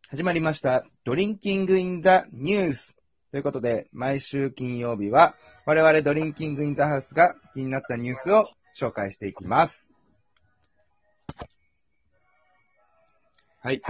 始まりました。ドリンキングインザニュース。ということで、毎週金曜日は、我々ドリンキングインザハウスが気になったニュースを紹介していきます。はい。 はい。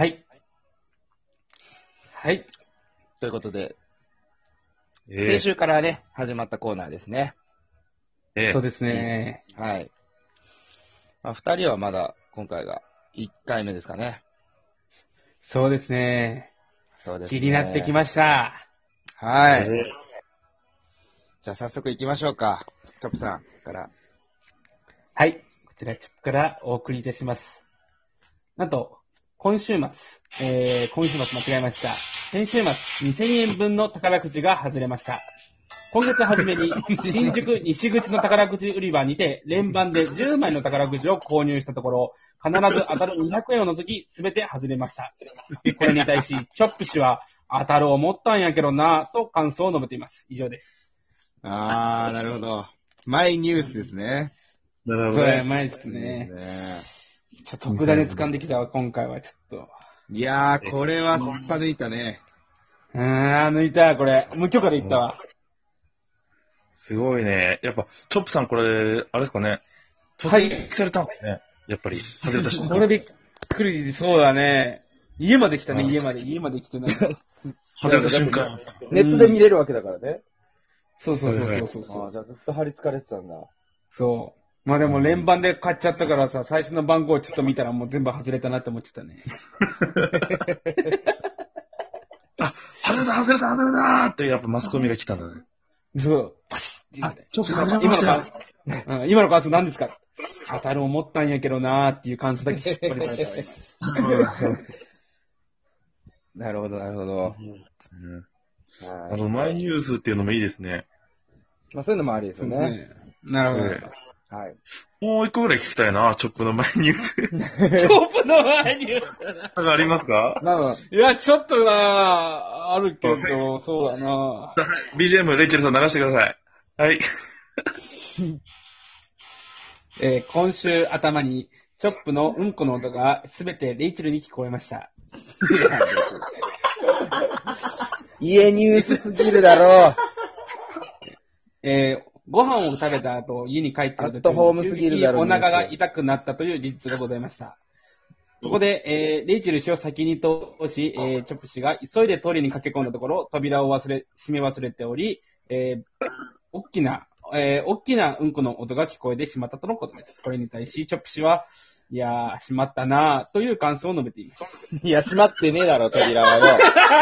はい。 ということで、先週からね、始まったコーナーですね。 そうですね。 はい。二人はまだ今回が1回目ですかね。 そうですね。 そうですね。 気になってきました。 はい。じゃあ早速行きましょうか。チョップさんから。 はい。こちらチョップからお送りいたします。なんと、今週末間違えました。先週末、2000円分の宝くじが外れました。今月初めに、新宿西口の宝くじ売り場にて、連番で10枚の宝くじを購入したところ、必ず当たる200円を除き、すべて外れました。これに対し、チョップ氏は、当たる思ったんやけどなぁ、と感想を述べています。以上です。 なるほど。マイニュースですね。 なるほど、ね。そう、前ですね。ちょっと特ダネ掴んできたわ、今回はちょっと。 いやー、これはすっぱ抜いたね。 抜いた、これ。無許可でいったわ。 すごいね。やっぱ、チョップさんこれ、あれですかね。突撃されたんですね。やっぱり、外れた瞬間。 これびっくり、そうだね。家まで来たね、家まで来てない。 外れた瞬間。 ネットで見れるわけだからね。 そう。 じゃあずっと貼り付かれてたんだ。 そう。まあでも連番で買っちゃったからさ、最初の番号をちょっと見たらもう全部外れたなって思ってたね。 あ、外れたーってやっぱマスコミが来たんだね。 そう。パシッって言うね。 ちょっと外れましたよ。 今の感想何ですか？当たる思ったんやけどなーっていう感想だけしっかりされたわ、 なるほど。 マイニュースっていうのもいいですね。 まあそういうのもありですよね。 なるほど。 はい。 もう一個ぐらい聞きたいな、チョップのマイニュース。 チョップのマイニュースなんかありますか？ いや、ちょっとあるけど、そうだな。 BGM、レイチェルさん流してください。はい。 今週頭に、チョップのうんこの音がすべてレイチェルに聞こえました。 家ニュースすぎるだろう。ご飯を食べた後、家に帰ってるアットホームすぎるだろお腹が痛くなったという事実がございました。そこで、レイチェル氏を先に通し、チョップ氏が急いでトイレに駆け込んだところ、扉を閉め忘れており、大きなうんこの音が聞こえてしまったとのことです。これに対し、チョップ氏は、いやー、しまったなーという感想を述べていました。 いや、閉まってねえだろ、扉はよ。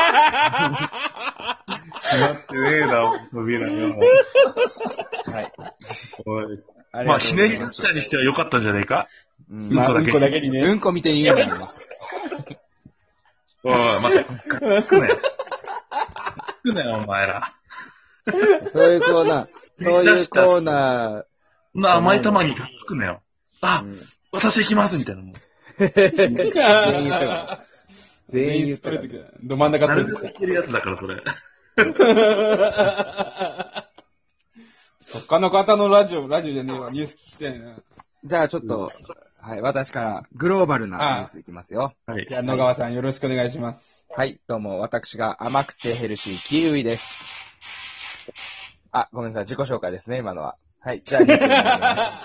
閉まってねえだろ、扉よ。 はい。 まあ、ひねり出したにしては良かったんじゃないか？ まあ、うんこだけにね。 うんこ見て言うなよ。 おい、待って。つくなよ。つくなよ、お前ら。 そういうコーナー。 まあ、甘い玉につくなよ。私行きますみたいなもん。 全員言ったから。 ど真ん中誰でもいけるやつだから、それ。 他の方のラジオじゃねえわ、ニュース聞きたいな。 じゃあちょっと、はい、私からグローバルなニュースいきますよ。 はい。 じゃあ野川さんよろしくお願いします。 はい、どうも、私が甘くてヘルシーキウイです。ごめんなさい、自己紹介ですね、今のは。はい、じゃあニュースになります。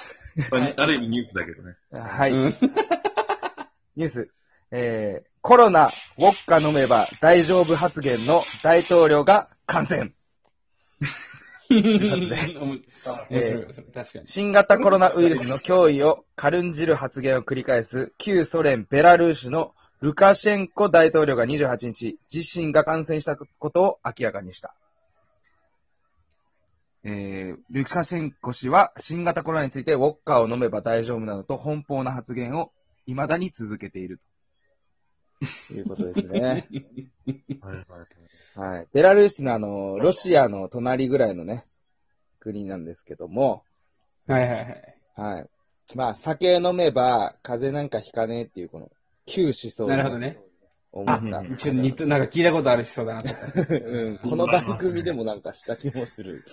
ある意味ニュースだけどね。 はい。ニュース。コロナ、ウォッカ飲めば大丈夫発言の大統領が感染。新型コロナウイルスの脅威を軽んじる発言を繰り返す旧ソ連ベラルーシのルカシェンコ大統領が28日、自身が感染したことを明らかにした。ルカシェンコ氏は新型コロナについてウォッカを飲めば大丈夫などと奔放な発言を未だに続けているということですね。はい。ベラルーシのロシアの隣ぐらいのね、国なんですけども。 はい。 まあ、酒飲めば風邪なんかひかねえっていうこの旧思想。 なるほどね。 思った。 なんか聞いたことある思想だな。 この番組でもなんかした気もする。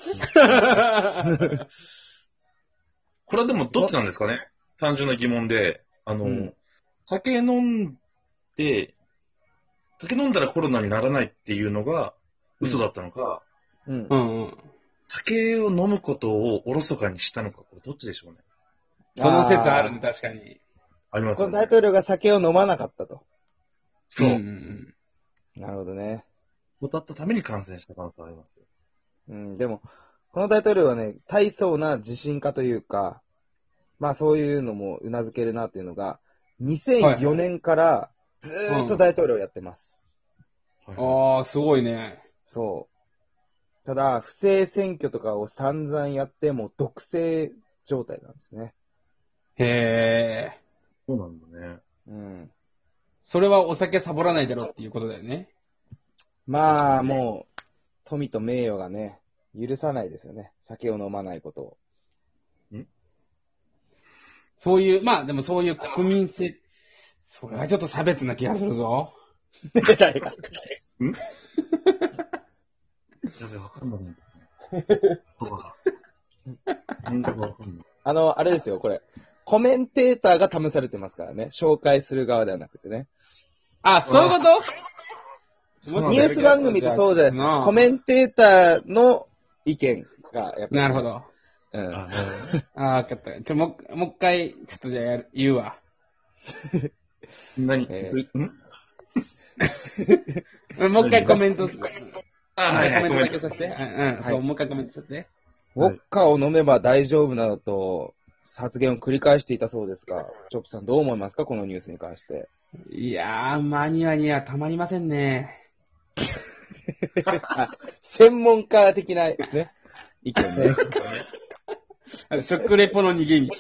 これはでもどっちなんですかね？単純な疑問で、酒飲んで、 酒飲んだらコロナにならないっていうのが嘘だったのか、 うんう。んうん。 酒を飲むことをおろそかにしたのか、これどっちでしょうね。 その説あるね、確かに。 ありますよね。 この大統領が酒を飲まなかったと。 そう。 んんなるほどね。 断ったために感染した可能性ありますよ。 うん、でも、この大統領はね、大層な自信家というか、まあそういうのも頷けるなというのが、2004年からずーっと大統領やってます。 ああ、すごいね。 そう。ただ、不正選挙とかを散々やって、もう独占状態なんですね。 へえ。 そうなんだね。 うん。 それはお酒サボらないだろうっていうことだよね。 まあ、もう、富と名誉がね、許さないですよね。酒を飲まないことを。 そういう、まあでもそういう国民性、それはちょっと差別な気がするぞ。 誰がやべ、わかんないんだよね。そうだ。本当わかんない。 あれですよ、これ。コメンテーターが試されてますからね。紹介する側ではなくてね。 あ、そういうことニュース番組ってそうじゃないですか。コメンテーターの意見が、やっぱり、 なるほ。ど。 うん。 あああ、わかった。もう一回、ちょっとじゃあ言うわ。 何もう一回コメント、 はいコはい、 メントごめんだけさせて。うん、そう、もう一回コメントさせて。 ウォッカを飲めば大丈夫などと発言を繰り返していたそうですが、チョップさんどう思いますかこのニュースに関して。 いやー、マニアにはたまりませんね。 専門家的な、ね、意見ね。 食レポの逃げ道。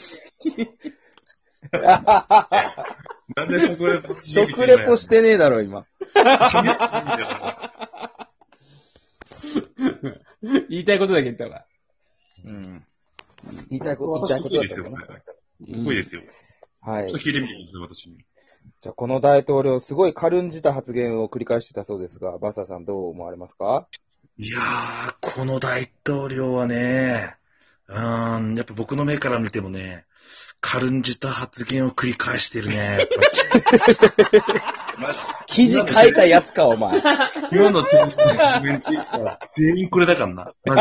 なんで食レポ食レポしてねえだろ、今。 言いたいことだけ言ったわ。 うん。言いたいことだったですよ。 ね。 かっこいいですよ。 はいちょっと。聞いてみてください、私に。 じゃあ、この大統領、すごい軽んじた発言を繰り返してたそうですが、バッサーさんどう思われますか？ いやー、この大統領はね、やっぱ僕の目から見てもね、軽んじた発言を繰り返してるね。 記事書いたやつか、お前。 今のコメント全員これだからな。マ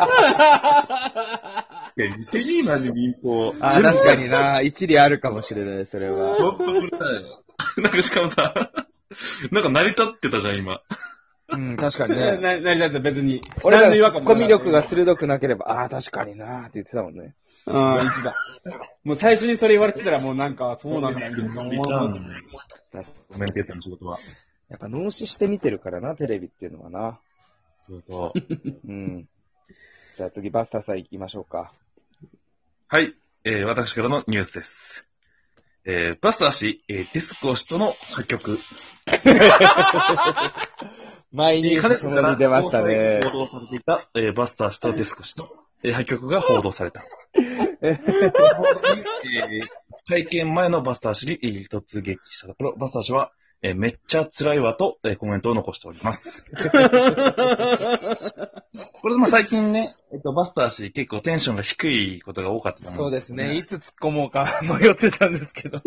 ジで。いや、似てねえ、マジ民放。 あ、確かにな。一理あるかもしれない、それは。 ほんとこれだよ。なんかしかもさ、なんか成り立ってたじゃん、今。 うん、確かにね。 何だって別に。 俺ら何の違和感ものツッコミ力が鋭くなければ、ああ、確かになーって言ってたもんね。 うん、言ってた。もう最初にそれ言われてたらもうなんか、そうなんだみたいな思う。 コメンテーターの仕事は。 やっぱ脳死して見てるからな、テレビっていうのはな。 そうそう。 うん。じゃあ次、バスターさん行きましょうか。 はい、私からのニュースです。バスター氏、ディスコ氏との破局。 前にそのに出ましたね。 報道されていた、バスター氏とディスコ氏の、破局が報道された。会見前のバスター氏に突撃したところ、バスター氏は、めっちゃ辛いわと、コメントを残しております。これでまあ最近ね、バスター氏結構テンションが低いことが多かったと思そうですね。いつ突っ込もうか迷ってたんですけど。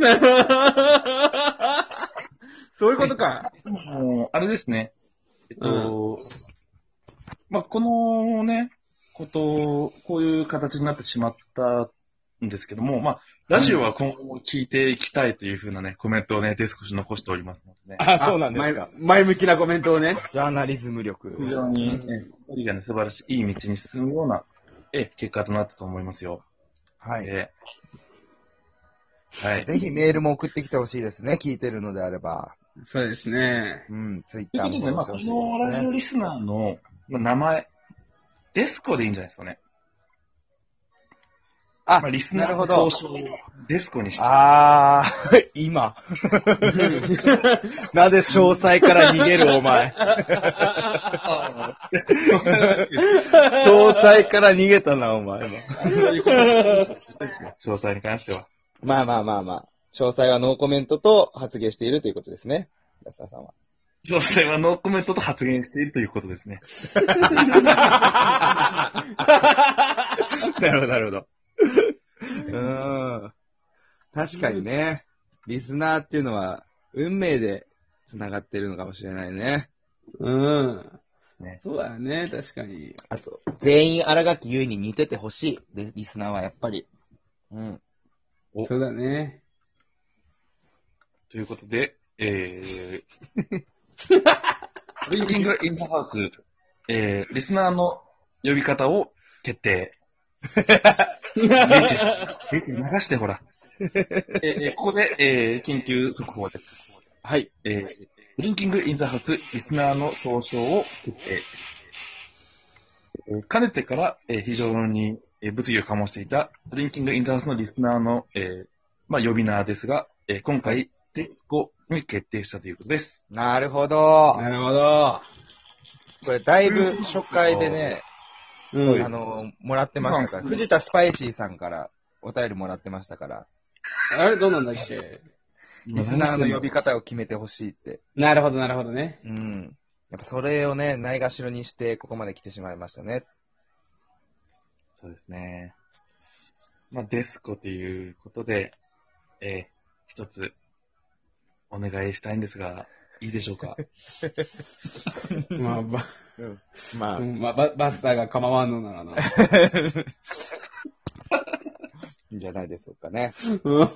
そういうことか。 もう、あれですね。まあ、このね、こういう形になってしまったんですけども、まあ、ラジオは今後も聞いていきたいというふうなね、コメントをね、少し残しておりますのでね。 あ、そうなんですか。 前向きなコメントをね。 ジャーナリズム力。 非常に、二人がね、素晴らしい、いい道に進むような、結果となったと思いますよ。 はい。 はい。 ぜひメールも送ってきてほしいですね。聞いてるのであれば。 そうですね。 うん、ツイッというターことで、まあ、こもしてほしいのラジオですね。 リスナーの名前、デスコでいいんじゃないですかね。 あまあ、リスナーなるほどの総称をデスコにして。 あー、今。なんで詳細から逃げるお前。詳細から逃げたな、お前。 詳細に関しては。 まあまあまあまあ。詳細はノーコメントと発言しているということですね。安田さんは。 詳細はノーコメントと発言しているということですね。 なるほど、なるほど。確かにね。リスナーっていうのは、運命で繋がってるのかもしれないね。 うん。 ねそうだよね、確かに。 あと、全員荒垣結衣に似ててほしい。で、リスナーはやっぱり。うん。 そうだね。 ということで、リンキングインザハウス、リスナーの呼び方を決定。レイチェル流してほら。ここで、緊急速報です。 はい。 リンキングインザハウスリスナーの総称を決定。かねてから、非常に、物議を醸していたリンキングインザハウスのリスナーの、呼び名ですが、今回、デスコに決定したということです。 なるほど。 なるほど。 これ、だいぶ初回でね、 うん。 もらってましたから、藤田スパイシーさんからお便りもらってましたから、 あれ、どうなんだっけ？ リスナーの呼び方を決めてほしいって。 なるほど、なるほどね。 うん。やっぱそれをね、ないがしろにして、ここまで来てしまいましたね。 そうですね。デスコということで、一つ、お願いしたいんですが、いいでしょうか。 まあ、 まあ、 まあ、バスターが構わんのならな。 いいんじゃないでしょうかね。 うん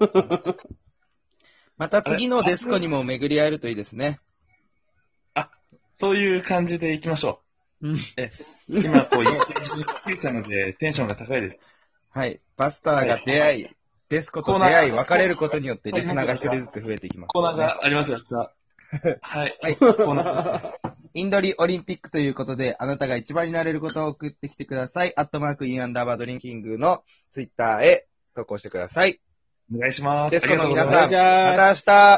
また次のデスコにも巡り合えるといいですね。 そういう感じでいきましょうん。 う。今、1級者なのでテンションが高いです。 はい。バスターが出会い、デスコと出会い、別れることによってリスナーが一人ずつ増えていきます、 コーナーがありますよ、明日。はい。 はい。 コーナー。 インドリオリンピックということで、あなたが一番になれることを送ってきてください。@in_drinking のツイッターへ投稿してください。 お願いします。 デスコの皆ありがとうございますさん、また明日